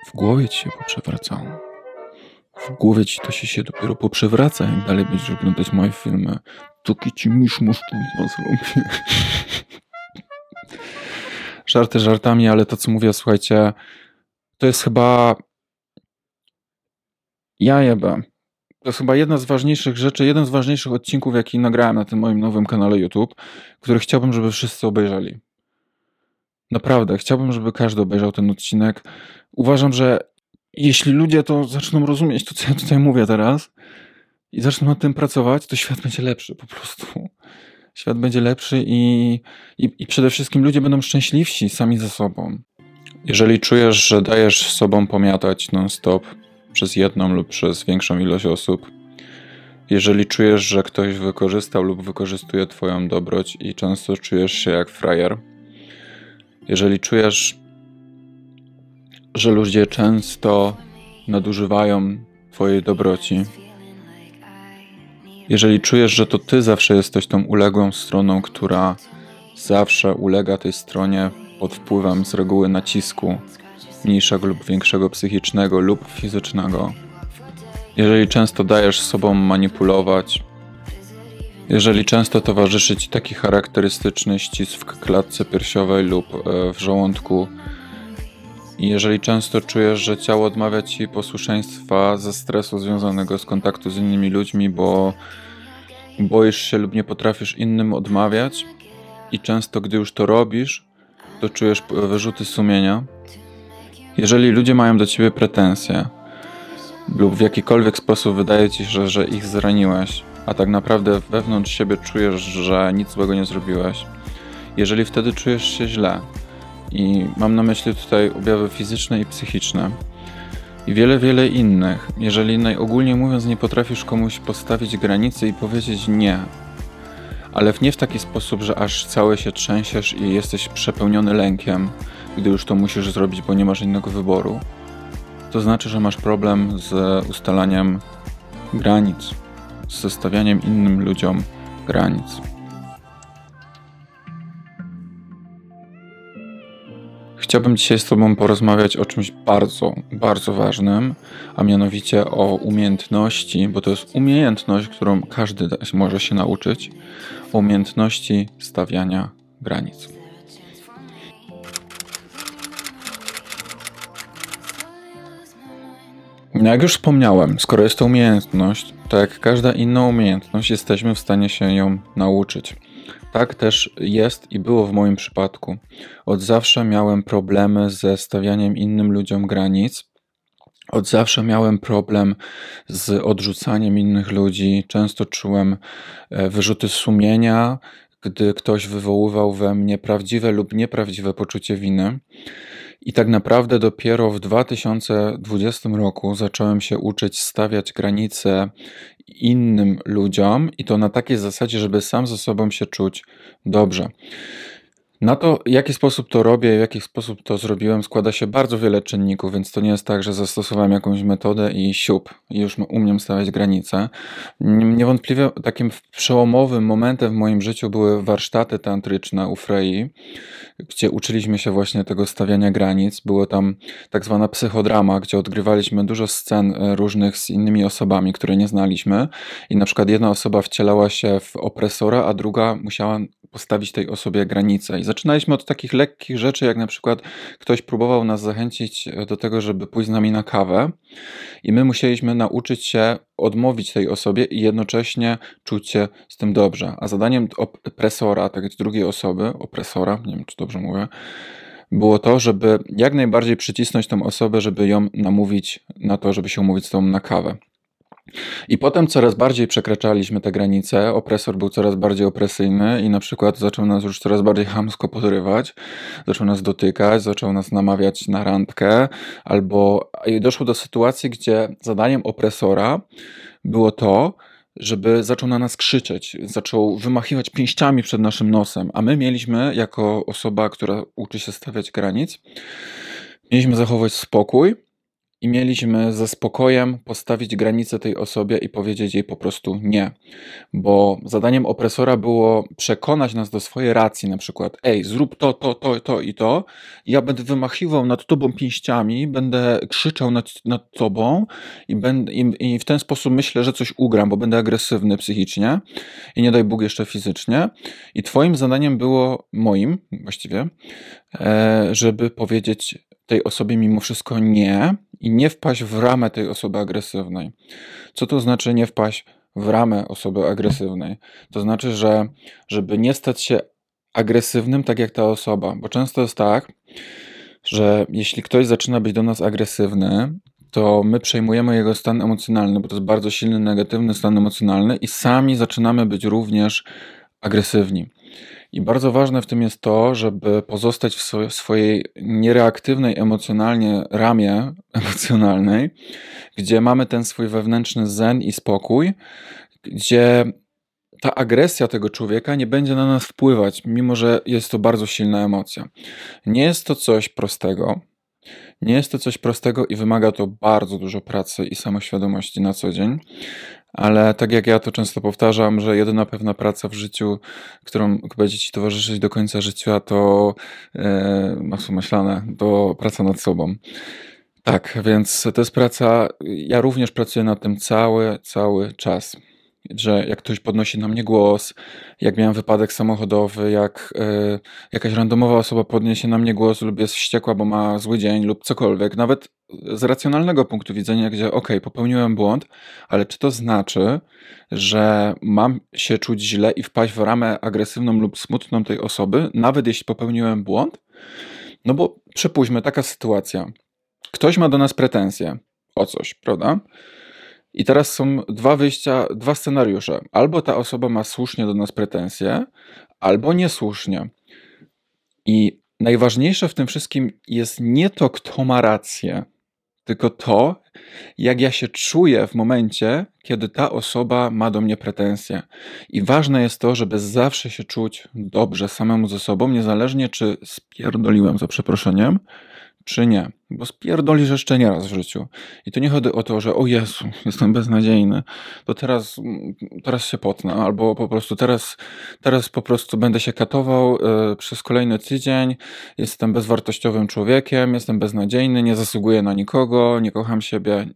W głowie ci się poprzewracało. W głowie ci to się dopiero poprzewraca, jak dalej będziesz oglądać moje filmy. Taki ci miszmasz tu zrobię. Żarty żartami, ale to co mówię, słuchajcie, to jest chyba... To jest chyba jedna z ważniejszych rzeczy, jeden z ważniejszych odcinków, jaki nagrałem na tym moim nowym kanale YouTube, który chciałbym, żeby wszyscy obejrzeli. Naprawdę, chciałbym, żeby każdy obejrzał ten odcinek. Uważam, że jeśli ludzie to zaczną rozumieć, to co ja tutaj mówię teraz i zaczną nad tym pracować, to świat będzie lepszy po prostu. Świat będzie lepszy i przede wszystkim ludzie będą szczęśliwsi sami ze sobą. Jeżeli czujesz, że dajesz sobą pomiatać non-stop przez jedną lub przez większą ilość osób, jeżeli czujesz, że ktoś wykorzystał lub wykorzystuje twoją dobroć i często czujesz się jak frajer, jeżeli czujesz, że ludzie często nadużywają twojej dobroci, jeżeli czujesz, że to ty zawsze jesteś tą uległą stroną, która zawsze ulega tej stronie pod wpływem z reguły nacisku mniejszego lub większego psychicznego lub fizycznego, jeżeli często dajesz sobą manipulować, jeżeli często towarzyszy ci taki charakterystyczny ścisk w klatce piersiowej lub w żołądku i jeżeli często czujesz, że ciało odmawia ci posłuszeństwa ze stresu związanego z kontaktu z innymi ludźmi, bo boisz się lub nie potrafisz innym odmawiać i często gdy już to robisz, to czujesz wyrzuty sumienia. Jeżeli ludzie mają do ciebie pretensje lub w jakikolwiek sposób wydaje ci się, że ich zraniłeś, a tak naprawdę wewnątrz siebie czujesz, że nic złego nie zrobiłeś, jeżeli wtedy czujesz się źle i mam na myśli tutaj objawy fizyczne i psychiczne i wiele innych, jeżeli najogólniej mówiąc nie potrafisz komuś postawić granicy i powiedzieć nie, ale nie w taki sposób, że aż cały się trzęsiesz i jesteś przepełniony lękiem, gdy już to musisz zrobić, bo nie masz innego wyboru, to znaczy, że masz problem z ustalaniem granic, z stawianiem innym ludziom granic. Chciałbym dzisiaj z tobą porozmawiać o czymś bardzo ważnym, a mianowicie o umiejętności, bo to jest umiejętność, którą każdy może się nauczyć, o umiejętności stawiania granic. Jak już wspomniałem, skoro jest to umiejętność, to jak każda inna umiejętność, jesteśmy w stanie się ją nauczyć. Tak też jest i było w moim przypadku. Od zawsze miałem problemy ze stawianiem innym ludziom granic. Od zawsze miałem problem z odrzucaniem innych ludzi. Często czułem wyrzuty sumienia, gdy ktoś wywoływał we mnie prawdziwe lub nieprawdziwe poczucie winy. I tak naprawdę dopiero w 2020 roku zacząłem się uczyć stawiać granice innym ludziom i to na takiej zasadzie, żeby sam ze sobą się czuć dobrze. Na to, w jaki sposób to robię, w jaki sposób to zrobiłem, składa się bardzo wiele czynników, więc to nie jest tak, że zastosowałem jakąś metodę i już umiem stawiać granice. Niewątpliwie takim przełomowym momentem w moim życiu były warsztaty tantryczne u Frei, gdzie uczyliśmy się właśnie tego stawiania granic. Było tam tak zwana psychodrama, gdzie odgrywaliśmy dużo scen różnych z innymi osobami, które nie znaliśmy i na przykład jedna osoba wcielała się w opresora, a druga musiała postawić tej osobie granice. I zaczynaliśmy od takich lekkich rzeczy, jak na przykład ktoś próbował nas zachęcić do tego, żeby pójść z nami na kawę i my musieliśmy nauczyć się odmówić tej osobie i jednocześnie czuć się z tym dobrze. A zadaniem opresora, tak jak drugiej osoby, opresora, nie wiem czy dobrze mówię, było to, żeby jak najbardziej przycisnąć tą osobę, żeby ją namówić na to, żeby się umówić z tą na kawę. I potem coraz bardziej przekraczaliśmy te granice, opresor był coraz bardziej opresyjny i na przykład zaczął nas już coraz bardziej chamsko podrywać, zaczął nas dotykać, zaczął nas namawiać na randkę, i doszło do sytuacji, gdzie zadaniem opresora było to, żeby zaczął na nas krzyczeć, zaczął wymachiwać pięściami przed naszym nosem, a my mieliśmy, jako osoba, która uczy się stawiać granic, mieliśmy zachować spokój i mieliśmy ze spokojem postawić granicę tej osobie i powiedzieć jej po prostu nie. Bo zadaniem opresora było przekonać nas do swojej racji, na przykład ej, zrób to i to, ja będę wymachiwał nad tobą pięściami, będę krzyczał nad tobą i w ten sposób myślę, że coś ugram, bo będę agresywny psychicznie i nie daj Bóg jeszcze fizycznie. I twoim zadaniem było, moim właściwie, żeby powiedzieć tej osobie mimo wszystko nie i nie wpaść w ramę tej osoby agresywnej. Co to znaczy nie wpaść w ramę osoby agresywnej? To znaczy, że żeby nie stać się agresywnym tak jak ta osoba, bo często jest tak, że jeśli ktoś zaczyna być do nas agresywny, to my przejmujemy jego stan emocjonalny, bo to jest bardzo silny, negatywny stan emocjonalny i sami zaczynamy być również agresywni. I bardzo ważne w tym jest to, żeby pozostać w swojej niereaktywnej emocjonalnie ramie emocjonalnej, gdzie mamy ten swój wewnętrzny zen i spokój, gdzie ta agresja tego człowieka nie będzie na nas wpływać, mimo że jest to bardzo silna emocja. Nie jest to coś prostego. Nie jest to coś prostego i wymaga to bardzo dużo pracy i samoświadomości na co dzień, ale tak jak ja to często powtarzam, że jedyna pewna praca w życiu, którą będzie ci towarzyszyć do końca życia, to masło maślane, to praca nad sobą. Tak, więc to jest praca, ja również pracuję nad tym cały czas. Że jak ktoś podnosi na mnie głos, jak miałem wypadek samochodowy, jak jakaś randomowa osoba podniesie na mnie głos lub jest wściekła, bo ma zły dzień lub cokolwiek, nawet z racjonalnego punktu widzenia, gdzie popełniłem błąd, ale czy to znaczy, że mam się czuć źle i wpaść w ramę agresywną lub smutną tej osoby, nawet jeśli popełniłem błąd? No bo przypuśćmy, taka sytuacja. Ktoś ma do nas pretensje o coś, prawda? I teraz są dwa wyjścia, dwa scenariusze. Albo ta osoba ma słusznie do nas pretensje, albo niesłusznie. I najważniejsze w tym wszystkim jest nie to, kto ma rację, tylko to, jak ja się czuję w momencie, kiedy ta osoba ma do mnie pretensje. I ważne jest to, żeby zawsze się czuć dobrze samemu ze sobą, niezależnie czy spierdoliłem, za przeproszeniem, czy nie. Bo spierdolisz jeszcze nie raz w życiu. I to nie chodzi o to, że o Jezu, jestem beznadziejny, to teraz się potnę, albo po prostu teraz po prostu będę się katował przez kolejny tydzień, jestem bezwartościowym człowiekiem, jestem beznadziejny, nie zasługuję na nikogo, nie kocham siebie.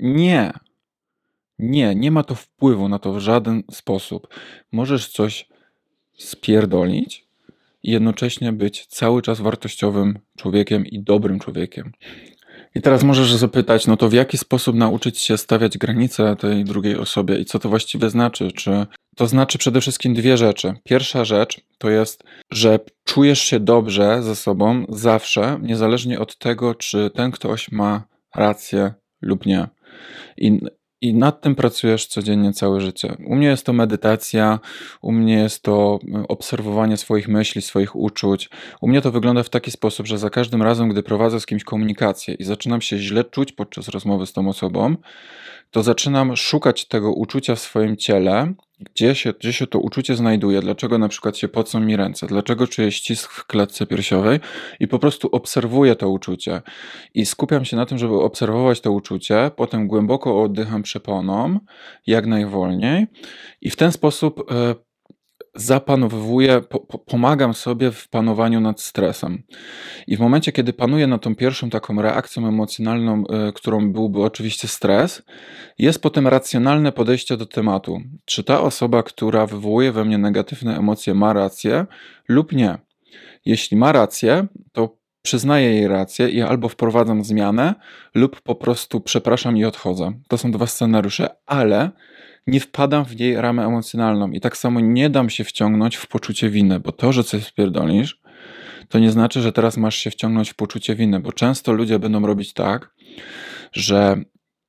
Nie ma to wpływu na to w żaden sposób. Możesz coś spierdolić i jednocześnie być cały czas wartościowym człowiekiem i dobrym człowiekiem. I teraz możesz zapytać, no to w jaki sposób nauczyć się stawiać granice tej drugiej osobie i co to właściwie znaczy? Czy to znaczy przede wszystkim dwie rzeczy. Pierwsza rzecz to jest, że czujesz się dobrze ze sobą zawsze, niezależnie od tego, czy ten ktoś ma rację lub nie. I nad tym pracujesz codziennie całe życie. U mnie jest to medytacja, u mnie jest to obserwowanie swoich myśli, swoich uczuć. U mnie to wygląda w taki sposób, że za każdym razem, gdy prowadzę z kimś komunikację i zaczynam się źle czuć podczas rozmowy z tą osobą, to zaczynam szukać tego uczucia w swoim ciele, gdzie się to uczucie znajduje, dlaczego na przykład się pocą mi ręce, dlaczego czuję ścisk w klatce piersiowej i po prostu obserwuję to uczucie i skupiam się na tym, żeby obserwować to uczucie, potem głęboko oddycham przeponą, jak najwolniej i w ten sposób zapanowuję, pomagam sobie w panowaniu nad stresem. I w momencie, kiedy panuję nad tą pierwszą taką reakcją emocjonalną, którą byłby oczywiście stres, jest potem racjonalne podejście do tematu. Czy ta osoba, która wywołuje we mnie negatywne emocje, ma rację lub nie? Jeśli ma rację, to przyznaję jej rację i albo wprowadzam zmianę, lub po prostu przepraszam i odchodzę. To są dwa scenariusze, ale nie wpadam w jej ramę emocjonalną i tak samo nie dam się wciągnąć w poczucie winy, bo to, że coś spierdolisz, to nie znaczy, że teraz masz się wciągnąć w poczucie winy, bo często ludzie będą robić tak, że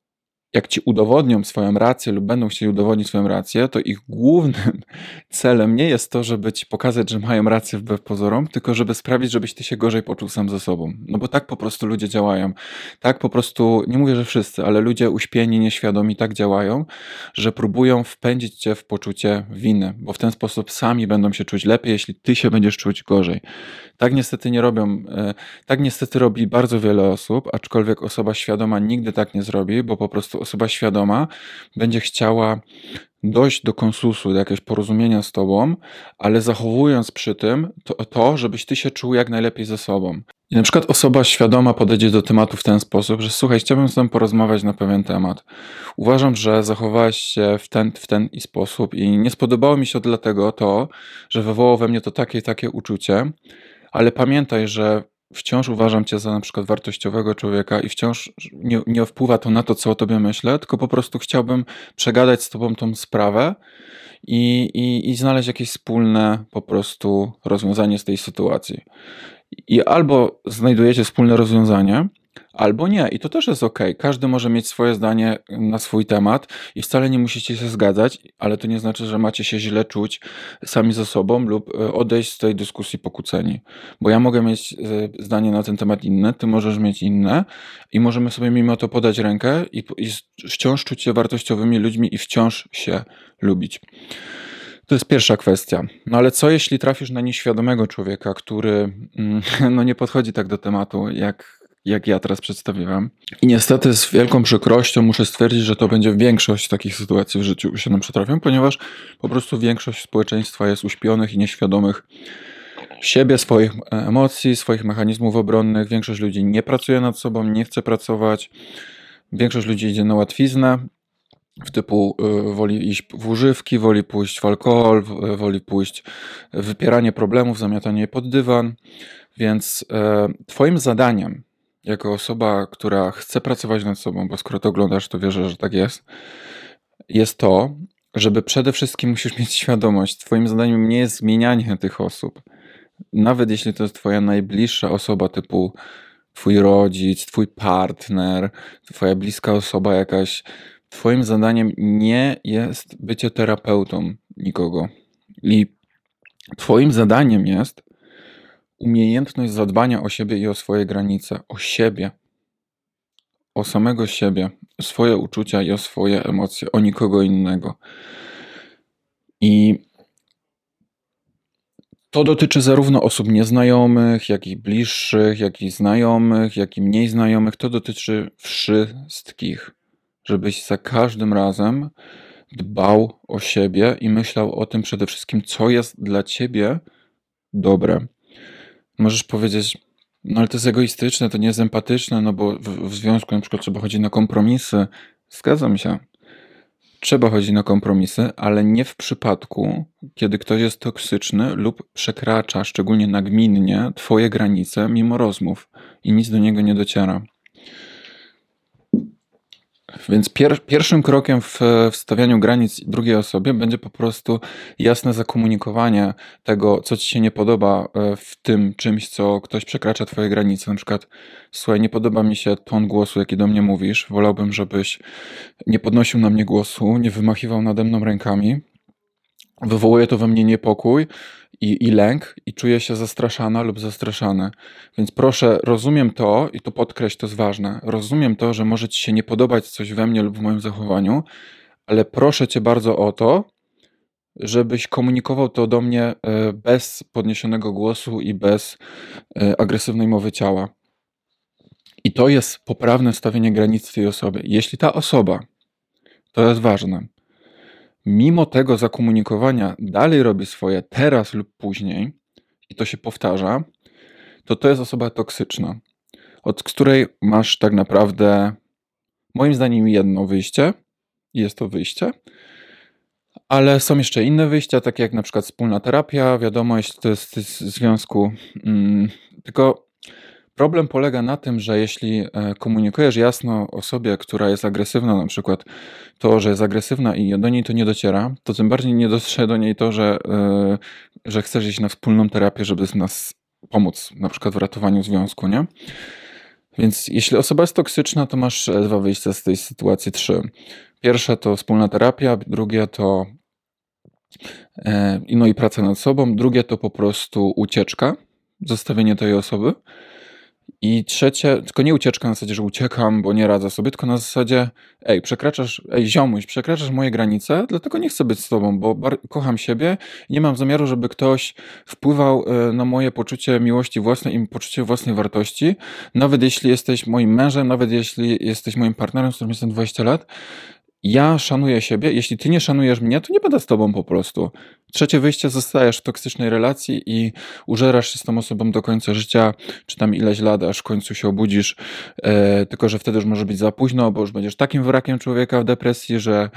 jak ci udowodnią swoją rację lub będą chcieli udowodnić swoją rację, to ich głównym celem nie jest to, żeby ci pokazać, że mają rację wbrew pozorom, tylko żeby sprawić, żebyś ty się gorzej poczuł sam ze sobą. No bo tak po prostu ludzie działają. Tak po prostu, nie mówię, że wszyscy, ale ludzie uśpieni, nieświadomi tak działają, że próbują wpędzić cię w poczucie winy, bo w ten sposób sami będą się czuć lepiej, jeśli ty się będziesz czuć gorzej. Tak niestety nie robią, tak niestety robi bardzo wiele osób, aczkolwiek osoba świadoma nigdy tak nie zrobi, bo po prostu osoba świadoma będzie chciała dojść do konsensusu, do jakiegoś porozumienia z tobą, ale zachowując przy tym to, żebyś ty się czuł jak najlepiej ze sobą. I na przykład osoba świadoma podejdzie do tematu w ten sposób, że słuchaj, chciałbym z tobą porozmawiać na pewien temat. Uważam, że zachowałeś się w ten i sposób i nie spodobało mi się dlatego to, że wywołało we mnie to takie i takie uczucie, ale pamiętaj, że wciąż uważam cię za na przykład wartościowego człowieka i wciąż nie wpływa to na to, co o tobie myślę, tylko po prostu chciałbym przegadać z tobą tą sprawę i znaleźć jakieś wspólne po prostu rozwiązanie z tej sytuacji. I albo znajdujecie wspólne rozwiązanie, albo nie. I to też jest okej. Każdy może mieć swoje zdanie na swój temat i wcale nie musicie się zgadzać, ale to nie znaczy, że macie się źle czuć sami ze sobą lub odejść z tej dyskusji pokłóceni. Bo ja mogę mieć zdanie na ten temat inne, ty możesz mieć inne i możemy sobie mimo to podać rękę i wciąż czuć się wartościowymi ludźmi i wciąż się lubić. To jest pierwsza kwestia. No ale co jeśli trafisz na nieświadomego człowieka, który no nie podchodzi tak do tematu, jak ja teraz przedstawiłem. I niestety z wielką przykrością muszę stwierdzić, że to będzie większość takich sytuacji w życiu się nam przytrafią, ponieważ po prostu większość społeczeństwa jest uśpionych i nieświadomych siebie, swoich emocji, swoich mechanizmów obronnych. Większość ludzi nie pracuje nad sobą, nie chce pracować. Większość ludzi idzie na łatwiznę. W typu woli iść w używki, woli pójść w alkohol, woli pójść w wypieranie problemów, zamiatanie je pod dywan. Więc twoim zadaniem, jako osoba, która chce pracować nad sobą, bo skoro to oglądasz, to wierzę, że tak jest to, żeby przede wszystkim musisz mieć świadomość, twoim zadaniem nie jest zmienianie tych osób. Nawet jeśli to jest twoja najbliższa osoba, typu twój rodzic, twój partner, twoja bliska osoba jakaś, twoim zadaniem nie jest bycie terapeutą nikogo. I twoim zadaniem jest umiejętność zadbania o siebie i o swoje granice, o siebie, o samego siebie, o swoje uczucia i o swoje emocje, o nikogo innego. I to dotyczy zarówno osób nieznajomych, jak i bliższych, jak i znajomych, jak i mniej znajomych. To dotyczy wszystkich, żebyś za każdym razem dbał o siebie i myślał o tym przede wszystkim, co jest dla ciebie dobre. Możesz powiedzieć, no ale to jest egoistyczne, to nie jest empatyczne, no bo w związku na przykład trzeba chodzić na kompromisy. Zgadzam się. Trzeba chodzić na kompromisy, ale nie w przypadku, kiedy ktoś jest toksyczny lub przekracza, szczególnie nagminnie, twoje granice mimo rozmów i nic do niego nie dociera. Więc pierwszym krokiem w stawianiu granic drugiej osobie będzie po prostu jasne zakomunikowanie tego, co ci się nie podoba w tym czymś, co ktoś przekracza twoje granice. Na przykład, słuchaj, nie podoba mi się ton głosu, jaki do mnie mówisz. Wolałbym, żebyś nie podnosił na mnie głosu, nie wymachiwał nade mną rękami. Wywołuje to we mnie niepokój i lęk i czuję się zastraszana lub zastraszany. Więc proszę, rozumiem to i to podkreśl, to jest ważne. Rozumiem to, że może ci się nie podobać coś we mnie lub w moim zachowaniu, ale proszę cię bardzo o to, żebyś komunikował to do mnie bez podniesionego głosu i bez agresywnej mowy ciała. I to jest poprawne stawienie granic w tej osobie. Jeśli ta osoba, to jest ważne, mimo tego zakomunikowania dalej robi swoje teraz lub później i to się powtarza, to jest osoba toksyczna, od której masz tak naprawdę, moim zdaniem, jedno wyjście i jest to wyjście, ale są jeszcze inne wyjścia, takie jak na przykład wspólna terapia, wiadomo, jeśli to jest w związku, tylko problem polega na tym, że jeśli komunikujesz jasno osobie, która jest agresywna, na przykład to, że jest agresywna i do niej to nie dociera, to tym bardziej nie dotrze do niej to, że chcesz iść na wspólną terapię, żeby nas pomóc, na przykład w ratowaniu związku, nie? Więc jeśli osoba jest toksyczna, to masz dwa wyjścia z tej sytuacji, trzy. Pierwsze to wspólna terapia, drugie to no i praca nad sobą, drugie to po prostu ucieczka, zostawienie tej osoby. I trzecie, tylko nie ucieczka na zasadzie, że uciekam, bo nie radzę sobie, tylko na zasadzie, ziomuś, przekraczasz moje granice, dlatego nie chcę być z tobą, bo kocham siebie i nie mam zamiaru, żeby ktoś wpływał na moje poczucie miłości własnej i poczucie własnej wartości, nawet jeśli jesteś moim mężem, nawet jeśli jesteś moim partnerem, z którym jestem 20 lat. Ja szanuję siebie, jeśli ty nie szanujesz mnie, to nie będę z tobą po prostu. Trzecie wyjście, zostajesz w toksycznej relacji i użerasz się z tą osobą do końca życia, czy tam ileś lat, aż w końcu się obudzisz, tylko że wtedy już może być za późno, bo już będziesz takim wrakiem człowieka w depresji,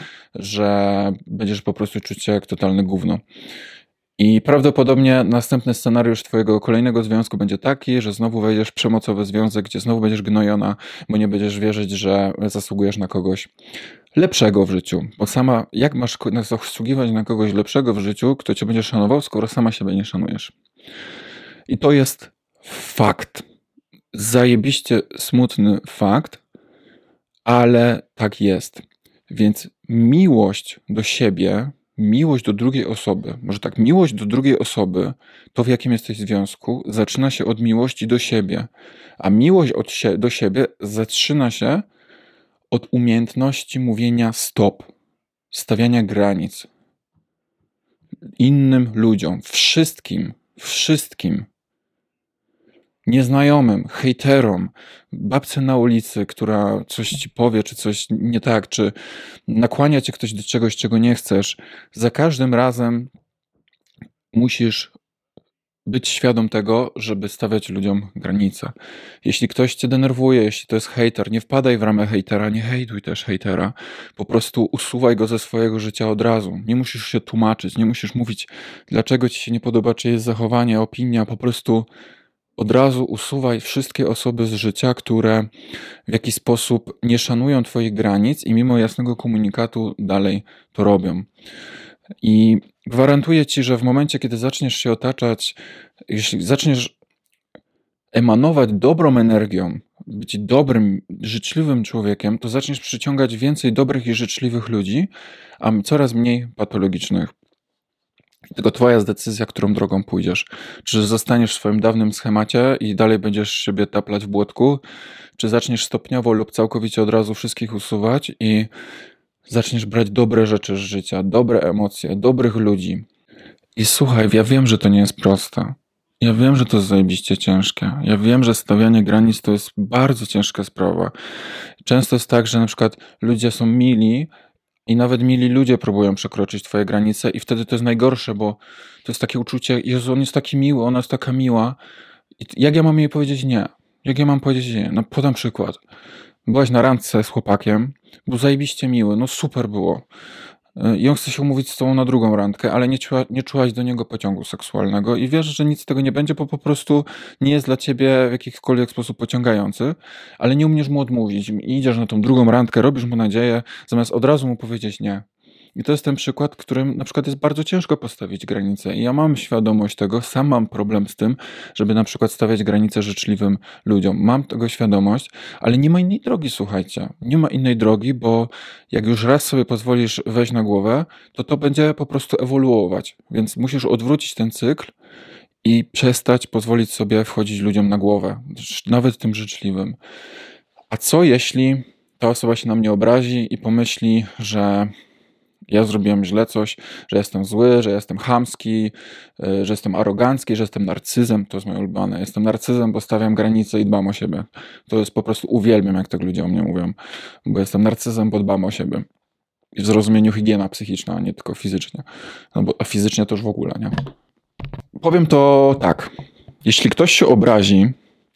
że będziesz po prostu czuć się jak totalne gówno. I prawdopodobnie następny scenariusz twojego kolejnego związku będzie taki, że znowu wejdziesz w przemocowy związek, gdzie znowu będziesz gnojona, bo nie będziesz wierzyć, że zasługujesz na kogoś lepszego w życiu. Bo sama, jak masz zasługiwać na kogoś lepszego w życiu, kto cię będzie szanował, skoro sama siebie nie szanujesz? I to jest fakt. Zajebiście smutny fakt, ale tak jest. Więc miłość do siebie, miłość do drugiej osoby, może tak, miłość do drugiej osoby, to w jakim jesteś związku, zaczyna się od miłości do siebie. A miłość do siebie zaczyna się od umiejętności mówienia stop, stawiania granic innym ludziom, wszystkim. Nieznajomym, hejterom, babce na ulicy, która coś ci powie, czy coś nie tak, czy nakłania cię ktoś do czegoś, czego nie chcesz. Za każdym razem musisz być świadom tego, żeby stawiać ludziom granice. Jeśli ktoś cię denerwuje, jeśli to jest hejter, nie wpadaj w ramę hejtera, nie hejtuj też hejtera. Po prostu usuwaj go ze swojego życia od razu. Nie musisz się tłumaczyć, nie musisz mówić, dlaczego ci się nie podoba czyjeś zachowanie, opinia. Po prostu od razu usuwaj wszystkie osoby z życia, które w jakiś sposób nie szanują twoich granic i mimo jasnego komunikatu dalej to robią. I gwarantuję ci, że w momencie, kiedy zaczniesz się otaczać, jeśli zaczniesz emanować dobrą energią, być dobrym, życzliwym człowiekiem, to zaczniesz przyciągać więcej dobrych i życzliwych ludzi, a coraz mniej patologicznych. Tylko twoja jest decyzja, którą drogą pójdziesz. Czy zostaniesz w swoim dawnym schemacie i dalej będziesz siebie taplać w błotku, czy zaczniesz stopniowo lub całkowicie od razu wszystkich usuwać i zaczniesz brać dobre rzeczy z życia, dobre emocje, dobrych ludzi. I słuchaj, ja wiem, że to nie jest proste. Ja wiem, że to jest zajebiście ciężkie. Ja wiem, że stawianie granic to jest bardzo ciężka sprawa. Często jest tak, że na przykład ludzie są mili i nawet mili ludzie próbują przekroczyć twoje granice i wtedy to jest najgorsze, bo to jest takie uczucie, Jezu, on jest taki miły, ona jest taka miła. I jak ja mam jej powiedzieć nie? Jak ja mam powiedzieć nie? No podam przykład. Byłaś na randce z chłopakiem, był zajebiście miły, no super było. I on chce się umówić z tobą na drugą randkę, ale nie czułaś do niego pociągu seksualnego i wiesz, że nic z tego nie będzie, bo po prostu nie jest dla ciebie w jakikolwiek sposób pociągający, ale nie umiesz mu odmówić. I idziesz na tą drugą randkę, robisz mu nadzieję, zamiast od razu mu powiedzieć nie. I to jest ten przykład, którym na przykład jest bardzo ciężko postawić granice. I ja mam świadomość tego, sam mam problem z tym, żeby na przykład stawiać granice życzliwym ludziom. Mam tego świadomość, ale nie ma innej drogi, słuchajcie. Nie ma innej drogi, bo jak już raz sobie pozwolisz wejść na głowę, to będzie po prostu ewoluować. Więc musisz odwrócić ten cykl i przestać pozwolić sobie wchodzić ludziom na głowę, nawet tym życzliwym. A co jeśli ta osoba się na mnie obrazi i pomyśli, że ja zrobiłem źle coś, że jestem zły, że jestem chamski, że jestem arogancki, że jestem narcyzem. To jest moje ulubione. Jestem narcyzem, bo stawiam granice i dbam o siebie. To jest po prostu, uwielbiam, jak tak ludzie o mnie mówią. Bo jestem narcyzem, bo dbam o siebie. I w zrozumieniu higiena psychiczna, a nie tylko fizycznie. No bo, a fizycznie to już w ogóle, nie? Powiem to tak. Jeśli ktoś się obrazi,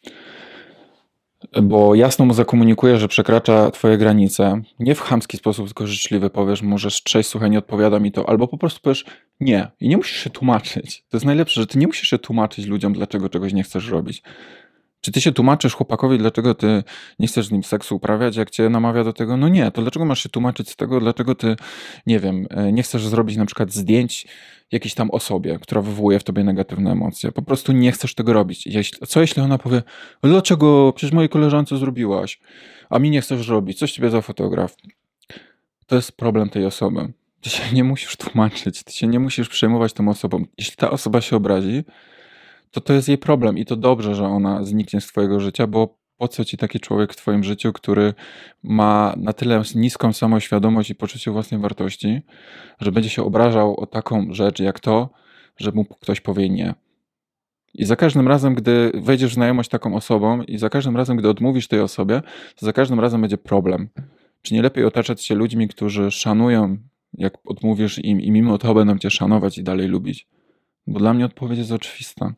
bo jasno mu zakomunikuje, że przekracza twoje granice, nie w chamski sposób, tylko życzliwy, powiesz mu, że cześć, słuchaj, nie odpowiada mi to, albo po prostu powiesz nie i nie musisz się tłumaczyć. To jest najlepsze, że ty nie musisz się tłumaczyć ludziom, dlaczego czegoś nie chcesz robić. Czy ty się tłumaczysz chłopakowi, dlaczego ty nie chcesz z nim seksu uprawiać, jak cię namawia do tego? No nie, to dlaczego masz się tłumaczyć z tego, dlaczego ty, nie wiem, nie chcesz zrobić na przykład zdjęć jakiejś tam osobie, która wywołuje w tobie negatywne emocje? Po prostu nie chcesz tego robić. Co jeśli ona powie, dlaczego? Przecież mojej koleżance zrobiłaś, a mi nie chcesz robić. Coś ciebie za fotograf? To jest problem tej osoby. Ty się nie musisz tłumaczyć, ty się nie musisz przejmować tą osobą. Jeśli ta osoba się obrazi, to jest jej problem i to dobrze, że ona zniknie z twojego życia, bo po co ci taki człowiek w twoim życiu, który ma na tyle niską samoświadomość i poczucie własnej wartości, że będzie się obrażał o taką rzecz jak to, że mu ktoś powie nie. I za każdym razem, gdy wejdziesz w znajomość taką osobą i za każdym razem, gdy odmówisz tej osobie, to za każdym razem będzie problem. Czy nie lepiej otaczać się ludźmi, którzy szanują, jak odmówisz im i mimo to będą cię szanować i dalej lubić? Bo dla mnie odpowiedź jest oczywista.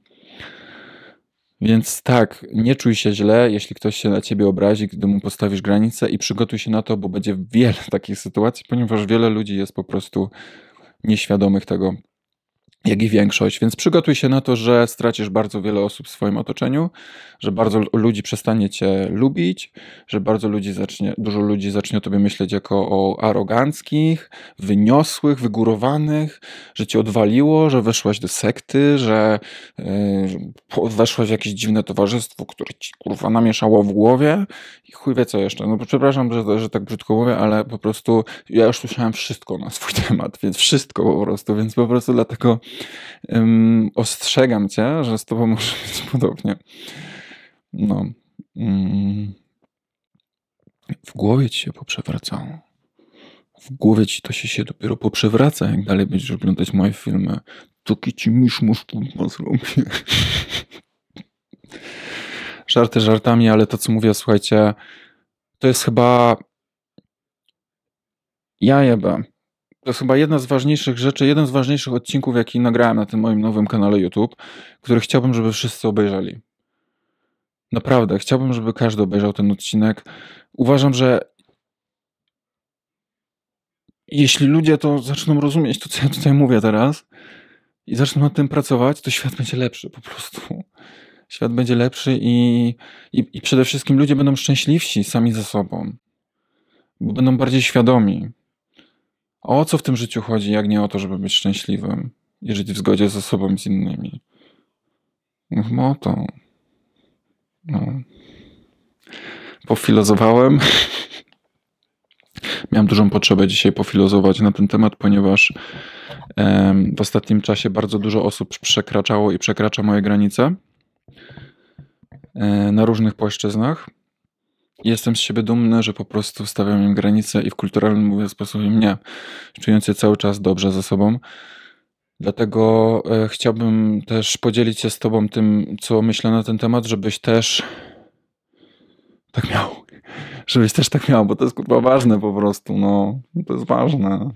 Więc tak, nie czuj się źle, jeśli ktoś się na ciebie obrazi, gdy mu postawisz granicę i przygotuj się na to, bo będzie wiele takich sytuacji, ponieważ wiele ludzi jest po prostu nieświadomych tego, jak i większość. Więc przygotuj się na to, że stracisz bardzo wiele osób w swoim otoczeniu, że bardzo ludzi przestanie cię lubić, że dużo ludzi zacznie o tobie myśleć jako o aroganckich, wyniosłych, wygórowanych, że cię odwaliło, że weszłaś do sekty, że weszłaś w jakieś dziwne towarzystwo, które ci kurwa namieszało w głowie i chuj wie co jeszcze. No przepraszam, że tak brzydko mówię, ale po prostu ja już słyszałem wszystko na swój temat, więc wszystko po prostu, więc po prostu dlatego ostrzegam cię, że z tobą może być podobnie. No. W głowie ci się poprzewracało. W głowie ci to się dopiero poprzewraca, jak dalej będziesz oglądać moje filmy. Taki ci miszmusz kurwa zrobię. Żarty żartami, ale to co mówię, słuchajcie, to jest chyba to jest chyba jedna z ważniejszych rzeczy, jeden z ważniejszych odcinków, jaki nagrałem na tym moim nowym kanale YouTube, który chciałbym, żeby wszyscy obejrzeli. Naprawdę, chciałbym, żeby każdy obejrzał ten odcinek. Uważam, że jeśli ludzie to zaczną rozumieć, to co ja tutaj mówię teraz i zaczną nad tym pracować, to świat będzie lepszy po prostu. Świat będzie lepszy i przede wszystkim ludzie będą szczęśliwsi sami ze sobą. Bo będą bardziej świadomi. A o co w tym życiu chodzi, jak nie o to, żeby być szczęśliwym i żyć w zgodzie ze sobą i z innymi? No chyba o to. No. Pofilozowałem. Miałem dużą potrzebę dzisiaj pofilozować na ten temat, ponieważ w ostatnim czasie bardzo dużo osób przekraczało i przekracza moje granice na różnych płaszczyznach. Jestem z siebie dumny, że po prostu stawiam im granice i w kulturalnym sposobie mnie, czując się cały czas dobrze ze sobą. Dlatego chciałbym też podzielić się z tobą tym, co myślę na ten temat, żebyś też tak miał. Żebyś też tak miał, bo to jest kurwa ważne po prostu, no. To jest ważne.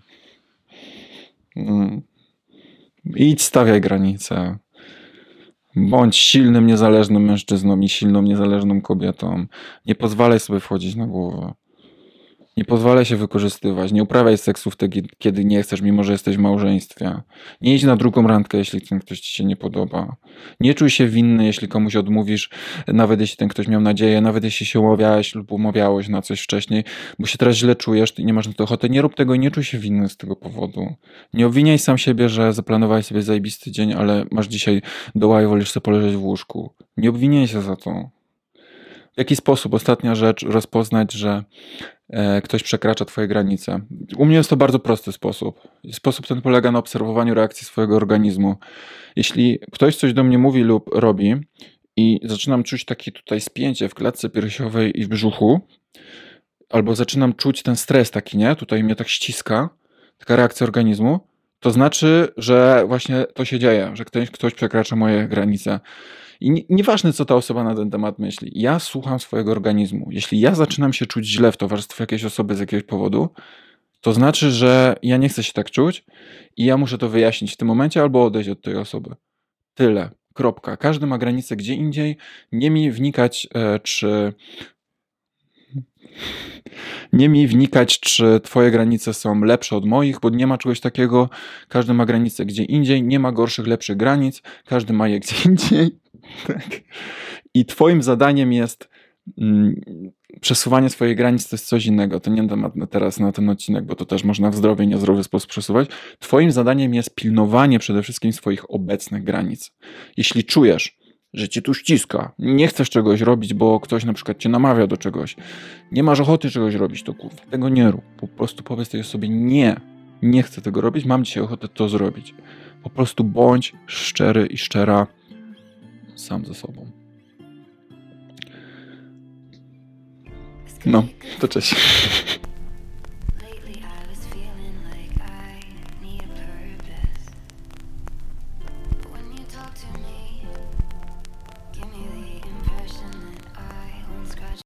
Idź, stawiaj granice. Bądź silnym, niezależnym mężczyzną i silną, niezależną kobietą. Nie pozwalaj sobie wchodzić na głowę. Nie pozwalaj się wykorzystywać. Nie uprawiaj seksu wtedy, kiedy nie chcesz, mimo że jesteś w małżeństwie. Nie idź na drugą randkę, jeśli ten ktoś ci się nie podoba. Nie czuj się winny, jeśli komuś odmówisz, nawet jeśli ten ktoś miał nadzieję, nawet jeśli się umawiałeś lub umawiałeś na coś wcześniej, bo się teraz źle czujesz i nie masz na to ochoty. Nie rób tego i nie czuj się winny z tego powodu. Nie obwiniaj sam siebie, że zaplanowałeś sobie zajebisty dzień, ale masz dzisiaj doła i wolisz sobie poleżeć w łóżku. Nie obwiniaj się za to. W jaki sposób, ostatnia rzecz, rozpoznać, że ktoś przekracza twoje granice? U mnie jest to bardzo prosty sposób. Sposób ten polega na obserwowaniu reakcji swojego organizmu. Jeśli ktoś coś do mnie mówi lub robi i zaczynam czuć takie tutaj spięcie w klatce piersiowej i w brzuchu, albo zaczynam czuć ten stres taki, nie? Tutaj mnie tak ściska, taka reakcja organizmu, to znaczy, że właśnie to się dzieje, że ktoś przekracza moje granice. I nieważne, co ta osoba na ten temat myśli. Ja słucham swojego organizmu. Jeśli ja zaczynam się czuć źle w towarzystwie jakiejś osoby z jakiegoś powodu, to znaczy, że ja nie chcę się tak czuć i ja muszę to wyjaśnić w tym momencie albo odejść od tej osoby. Tyle. Kropka. Każdy ma granicę gdzie indziej. Nie mi wnikać, czy twoje granice są lepsze od moich, bo nie ma czegoś takiego. Każdy ma granice gdzie indziej. Nie ma gorszych, lepszych granic. Każdy ma je gdzie indziej. Tak. I twoim zadaniem jest przesuwanie swoich granic, to jest coś innego. To nie temat teraz na ten odcinek, bo to też można w zdrowy i niezdrowy sposób przesuwać. Twoim zadaniem jest pilnowanie przede wszystkim swoich obecnych granic. Jeśli czujesz, że cię tu ściska, nie chcesz czegoś robić, bo ktoś na przykład cię namawia do czegoś, nie masz ochoty czegoś robić, to kurwa, tego nie rób. Po prostu powiedz tej osobie nie chcę tego robić, mam dzisiaj ochotę to zrobić. Po prostu bądź szczery i szczera sam ze sobą. No, to cześć.